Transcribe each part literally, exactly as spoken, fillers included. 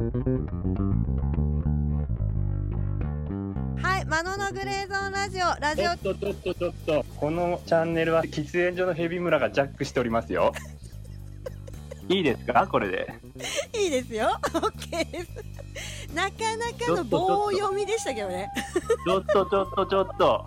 はい、マノのグレーゾーンラジオ、ラジちょオっとちょっとちょっとこのチャンネルは喫煙所のヘビ村がジャックしておりますよ。いいですかこれで。 いいですよ。オッケーです。なかなかの棒読みでしたけどね。 ちょっとちょっとちょっと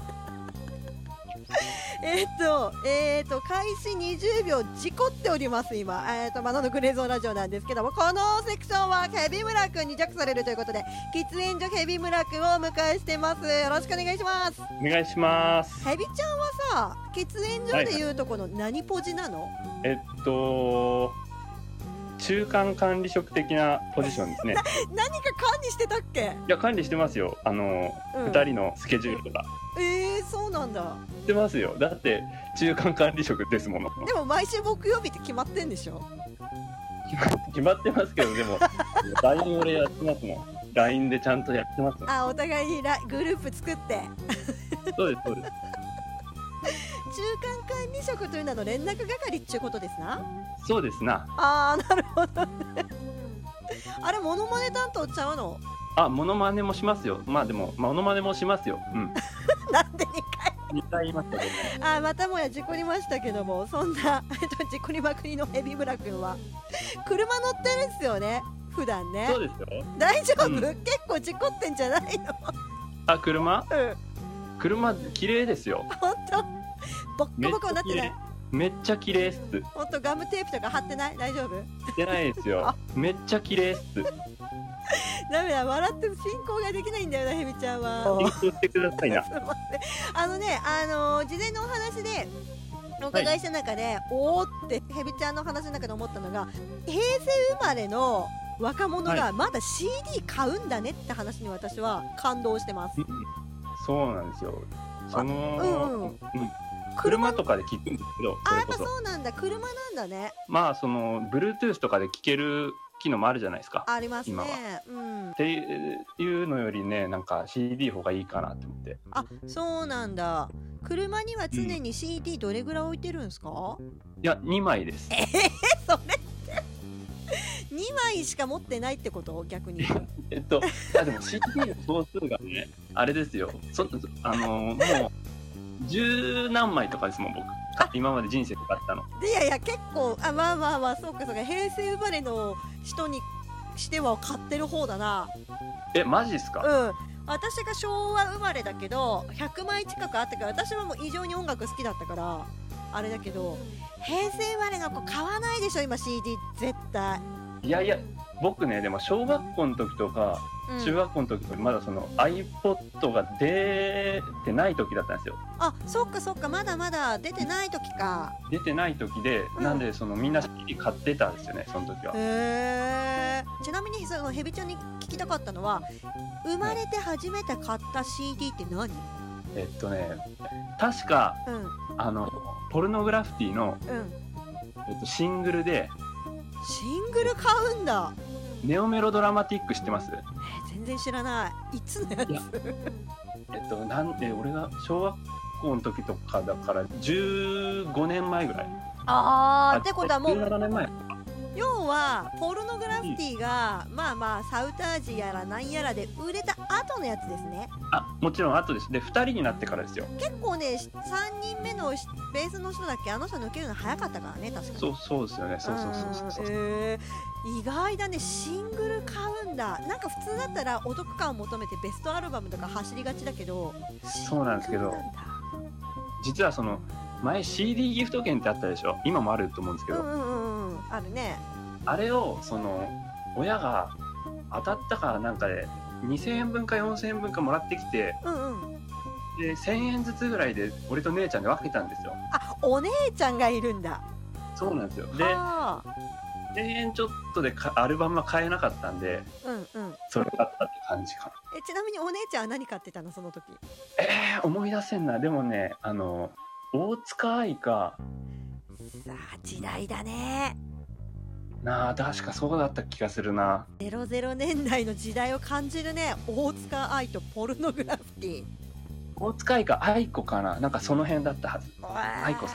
えっと、えっと、開始にじゅうびょう事故っております、今。えっと、マノのグレーゾーンラジオなんですけども、このセクションはヘビ村くんにジャックされるということで、喫煙所ヘビ村くんをお迎えしてます。よろしくお願いします。 お願いします。 ヘビちゃんはさ、喫煙所でいうとこの何ポジなの？ えっと中間管理職的なポジションですね。 何か管理してたっけ？ いや管理してますよ。あの、うん、ふたりのスケジュールとか。 えー、そうなんだ。 してますよ。だって中間管理職ですもの。 でも毎週木曜日って決まってんでしょ？ 決まってますけど、でも ライン 俺やってますもん。 ライン でちゃんとやってますもん。 あ、お互いにグループ作ってそうですそうです。 中間管理職という名の連絡係っていうことですな。 そうですな。 あー、なるほどね。あれモノマネ担当ちゃうの？ あ、モノマネもしますよ。まあでもモノマネもしますよ。うん。 なんでにかいにかい言いましたけどね。 あ、またもや事故りましたけども、そんな事故りまくりのヘビ村くんは車乗ってるんですよね、普段ね。 そうですよ。 大丈夫？うん、結構事故ってんじゃないの？ あ、車？ うん。 車綺麗ですよ。 本当？ボッコボコになってない？ めっちゃ綺麗っす。 本当ガムテープとか貼ってない？大丈夫？ してないですよ。めっちゃ綺麗っす。 ダメだ、笑っても進行ができないんだよな、ヘビちゃんは。 言ってくださいな。 あのね、あのー、事前のお話でお伺いした中で、はい、おーってヘビちゃんの話の中で思ったのが、平成生まれの若者がまだ シーディー 買うんだねって話に私は感動してます。 はい、そうなんですよ。その、うんうん、車とかで聞くんですけど、 あ、やっぱそうなんだ、車なんだね。 まあその Bluetooth とかで聞ける機能もあるじゃないですか。 ありますね。 今は、 うん、 っていうのよりね、なんか シーディー 方がいいかなって思って。 あ、そうなんだ。車には常に シーディー どれぐらい置いてるんですか？うん、 いやにまいです。 えー、それってにまいしか持ってないってこと？逆に。 えっといやでも シーディー の総数がね、あれですよ。そあのー、もう十何枚とかですもん僕。今まで人生で買ったの。 いやいや結構、あ、まあまあまあ、そうかそうか、平成生まれの人にしては買ってる方だな。 え、マジっすか？ うん。私が昭和生まれだけどひゃくまい近くあったから、私はもう異常に音楽好きだったからあれだけど、平成生まれの子買わないでしょ今 シーディー 絶対。 いやいや僕ね、でも小学校の時とか中学校の時とかまだその iPod が出てない時だったんですよ。 あ、そっかそっか、まだまだ出てない時か。 出てない時で、うん、なんでそのみんな シーディー 買ってたんですよね、その時は。 へー。ちなみにそのヘビちゃんに聞きたかったのは、生まれて初めて買った シーディー って何？ えっとね、確か、うん、あのポルノグラフィティの、うん、えっと、シングルで。 シングル買うんだ。 ネオメロドラマティック知ってます？ えー、全然知らない。いつのやつ？ えっとなんで俺が小学校の時とかだからじゅうごねんまえぐらい。 ああ、ってことはもうじゅうななねんまえ。 要はポルノグラフィティが、うん、まあまあサウタージやらなんやらで売れた後のやつですね。 あ、もちろん後です。でふたりになってからですよ。 結構ね、さんにんめのベースの人だっけ、あの人抜けるの早かったからね、確かに。 そうそうですよね。そうそうそうそう。 えー、意外だね。シングル買うんだ。なんか普通だったらお得感を求めてベストアルバムとか走りがちだけど。 そうなんですけど、実はその前 シーディー ギフト券ってあったでしょ。今もあると思うんですけど、 うんうんうん、あるね。 あれをその親が当たったからなんかでにせんえんぶんかよんせんえんぶんかもらってきて、うんうん、でせんえんずつぐらいで俺と姉ちゃんで分けたんですよ。 あ、お姉ちゃんがいるんだ。 そうなんですよ。でせんえんちょっとでアルバムは買えなかったんで、うんうん、それだったって感じかな。 え、ちなみにお姉ちゃんは何買ってたのその時？ えー、思い出せんな。でもね、あの大塚愛か。 さあ時代だね。 なあ、確かそうだった気がするな。 ゼロゼロねんだいの時代を感じるね。大塚愛とポルノグラフィティ。 大塚愛か愛子かな、なんかその辺だったはず。愛子さん。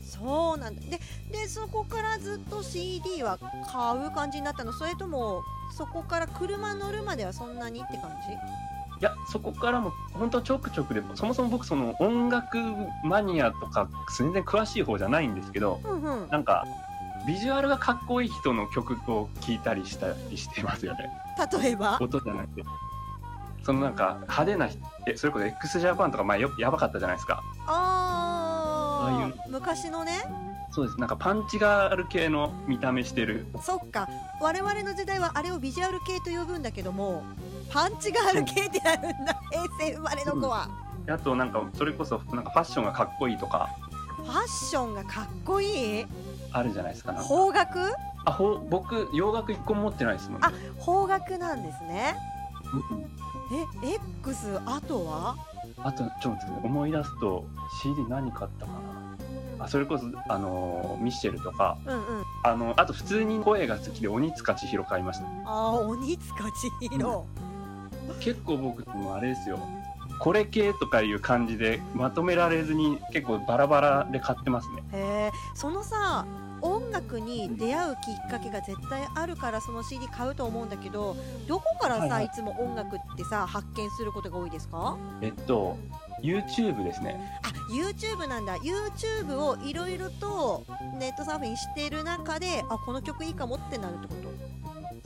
そうなんだ。ででそこからずっと シーディー は買う感じになったの？それともそこから車乗るまではそんなにって感じ？ いや、そこからも本当ちょくちょくで、そもそも僕その音楽マニアとか全然詳しい方じゃないんですけど、 うんうん、 なんかビジュアルがかっこいい人の曲を聴いたりしたりしてますよね。 例えば音じゃなくて、そのなんか派手な、えそれこそ x ジャパンとか前よやばかったじゃないですか。 あああいう昔のね。 そうです、なんかパンチがある系の見た目してる。 そっか、我々の時代はあれをビジュアル系と呼ぶんだけども、パンチがある系ってあるんだ、平成生まれの子は。 うん、あとなんかそれこそなんかファッションがかっこいいとか、 ファッションがかっこいいあるじゃないですか。なんか邦楽？ あ、ほ僕洋楽一個も持ってないですもんね。 あ、邦楽なんですね。 うん、 え X あとは？ あとちょっと待って、思い出すと シーディー 何買ったかな。あ、それこそあのー、ミッシェルとか、 うんうん、 あのあと普通に声が好きで鬼塚千尋買いました。 あー、鬼塚千尋、 うん、結構僕もあれですよ、これ系とかいう感じでまとめられずに結構バラバラで買ってますね。 へえ、そのさ、音楽に出会うきっかけが絶対あるからその シーディー 買うと思うんだけど、どこからさ、はいはい、いつも音楽ってさ発見することが多いですか？ えっと YouTube ですね。 あ、YouTube なんだ。 YouTube をいろいろとネットサーフィンしてる中で、あ、この曲いいかもってなるってこと？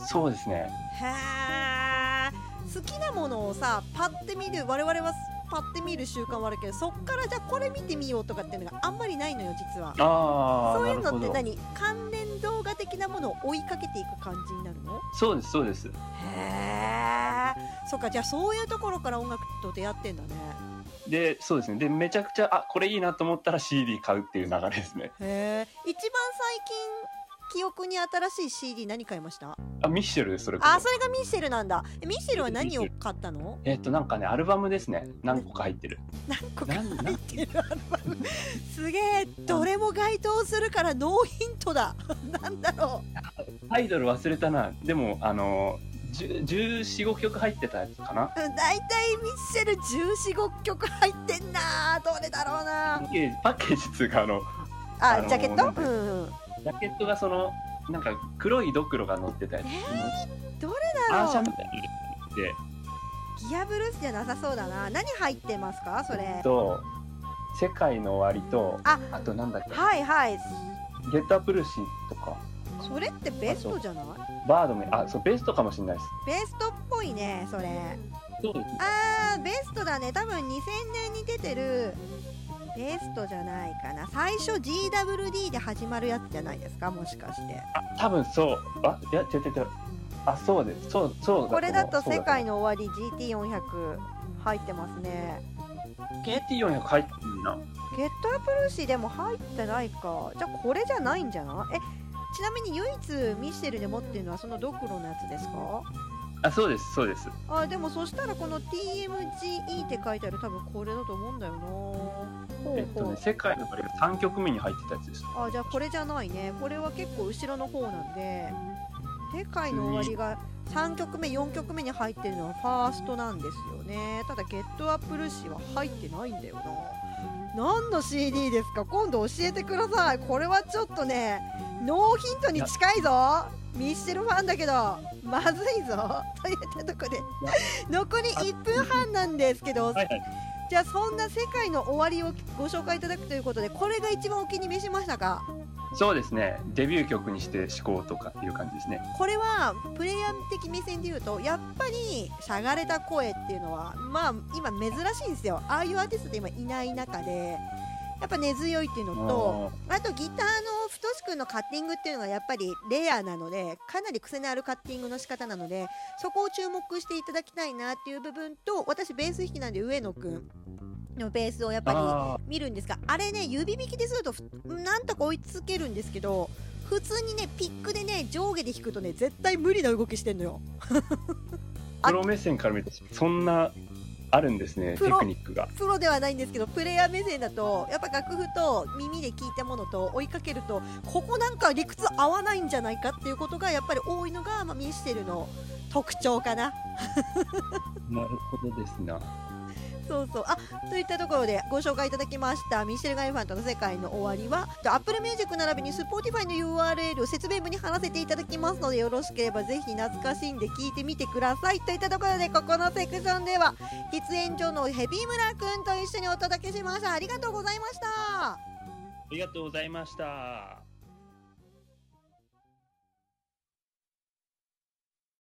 そうですね。 へー、好きなものをさパッて見る、我々はパッて見る習慣はあるけど、そっからじゃあこれ見てみようとかっていうのがあんまりないのよ実は。 あ、 そういうのって何、関連動画的なものを追いかけていく感じになるの？ そうですそうです。 へー、そっか、じゃあそういうところから音楽と出会ってんだね。 で、そうですね。で、めちゃくちゃ、あ、これいいなと思ったら シーディー 買うっていう流れですね。 へー、一番最近記憶に新しい シーディー 何買いました？ あ、ミッシェルです。それこそ。 あ、それがミッシェルなんだ。ミッシェルは何を買ったの？ えっとなんかね、アルバムですね。何個か入ってる。 何個か入ってるアルバム。すげえ、どれも該当するからノーヒントだ。なんだろう。タイトル忘れたな。でもあのじゅうよん、ごきょく入ってたやつかな。 だいたいミッシェルじゅうよん、ごきょく入ってんな。どれだろうな。 パッケージ、パッケージつうかあの。 あ、あジャケット？うんうん。 ジャケットがそのなんか黒いドクロが乗ってたやつ。 えー、どれだろう。 アーシャみたいで。 ギアブルースじゃなさそうだな。何入ってますかそれ？ と世界の終わりと、あ、あとなんだっけ。 はいはい。 ゲットアップルーシーとか。 それってベストじゃない？ バードメン、あ、そうベストかもしれないです。 ベストっぽいねそれ。 そうですね。 あー、ベストだね。多分にせんねんに出てるベストじゃないかな。最初 ジーダブリューディー で始まるやつじゃないですか、もしかして。 あ、多分そう。あ、いや違う違う違う。あ、そうです。そうそうだ。 これだと世界の終わり ジーティーよんひゃく 入ってますね。 ジーティーよんひゃく 入ってるな。 ゲットアップルーシーでも入ってないか。じゃあこれじゃないんじゃない？え、ちなみに唯一ミシェルで持ってるのはそのドクロのやつですか？ あ、そうですそうです。 あ、でもそしたらこの ティーエムジーイー って書いてある多分これだと思うんだよな。ほうほう。 えっとね、世界の終わりがさんきょくめに入ってたやつです。 あ、じゃあこれじゃないね。これは結構後ろの方なんで、世界の終わりがさんきょくめよんきょくめに入ってるのはファーストなんですよね。ただゲットアップルーシーは入ってないんだよな。何の シーディー ですか？今度教えてください。これはちょっとねノーヒントに近いぞ。ミッシェルファンだけどまずいぞといったとこで残りいっぷんはんなんですけど、はいはい、じゃあそんな世界の終わりをご紹介いただくということで、これが一番お気に召しましたか？ そうですね、デビュー曲にして思考とかっていう感じですね。これはプレイヤー的目線でいうとやっぱりしゃがれた声っていうのはまあ今珍しいんですよ。ああいうアーティストって今いない中でやっぱ根強いっていうのと、あとギターの太志くんのカッティングっていうのがやっぱりレアなので、かなり癖のあるカッティングの仕方なので、そこを注目していただきたいなっていう部分と、私ベース弾きなんで上野くんのベースをやっぱり見るんですが、あれね指弾きでするとなんとか追いつけるんですけど、普通にねピックでね上下で弾くとね絶対無理な動きしてんのよプロ目線から見るとそんなあるんですね、テクニックが。 プロではないんですけど、プレイヤー目線だとやっぱ楽譜と耳で聞いたものと追いかけると、ここなんか理屈合わないんじゃないかっていうことがやっぱり多いのが、まあ、ミステルの特徴かななるほどですな。 そうそう。あ、といったところでご紹介いただきましたミシェル・ガイファントの世界の終わりは Apple Music 並びに Spotify の ユーアールエル を説明文に貼らせていただきますので、よろしければぜひ懐かしんで聞いてみてください。といったところで、ここのセクションでは喫煙所のヘビ村くんと一緒にお届けしました。ありがとうございました。 ありがとうございました。